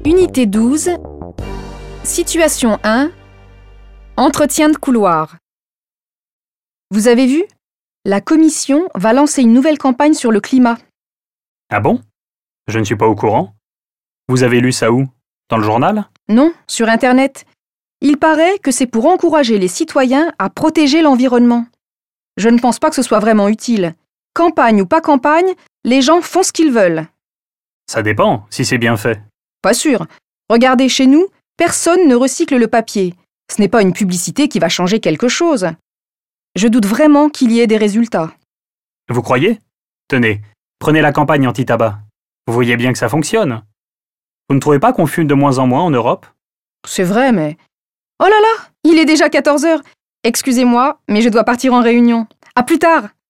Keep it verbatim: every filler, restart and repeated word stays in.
Unité douze, situation un, entretien de couloir. Vous avez vu? La Commission va lancer une nouvelle campagne sur le climat. Ah bon? Je ne suis pas au courant. Vous avez lu ça où? Dans le journal? Non, sur Internet. Il paraît que c'est pour encourager les citoyens à protéger l'environnement. Je ne pense pas que ce soit vraiment utile. Campagne ou pas campagne, les gens font ce qu'ils veulent. Ça dépend, si c'est bien fait. Pas sûr. Regardez, chez nous, personne ne recycle le papier. Ce n'est pas une publicité qui va changer quelque chose. Je doute vraiment qu'il y ait des résultats. Vous croyez? Tenez, prenez la campagne anti-tabac. Vous voyez bien que ça fonctionne. Vous ne trouvez pas qu'on fume de moins en moins en Europe? C'est vrai, mais... Oh là là, il est déjà quatorze heures. Excusez-moi, mais je dois partir en réunion. À plus tard.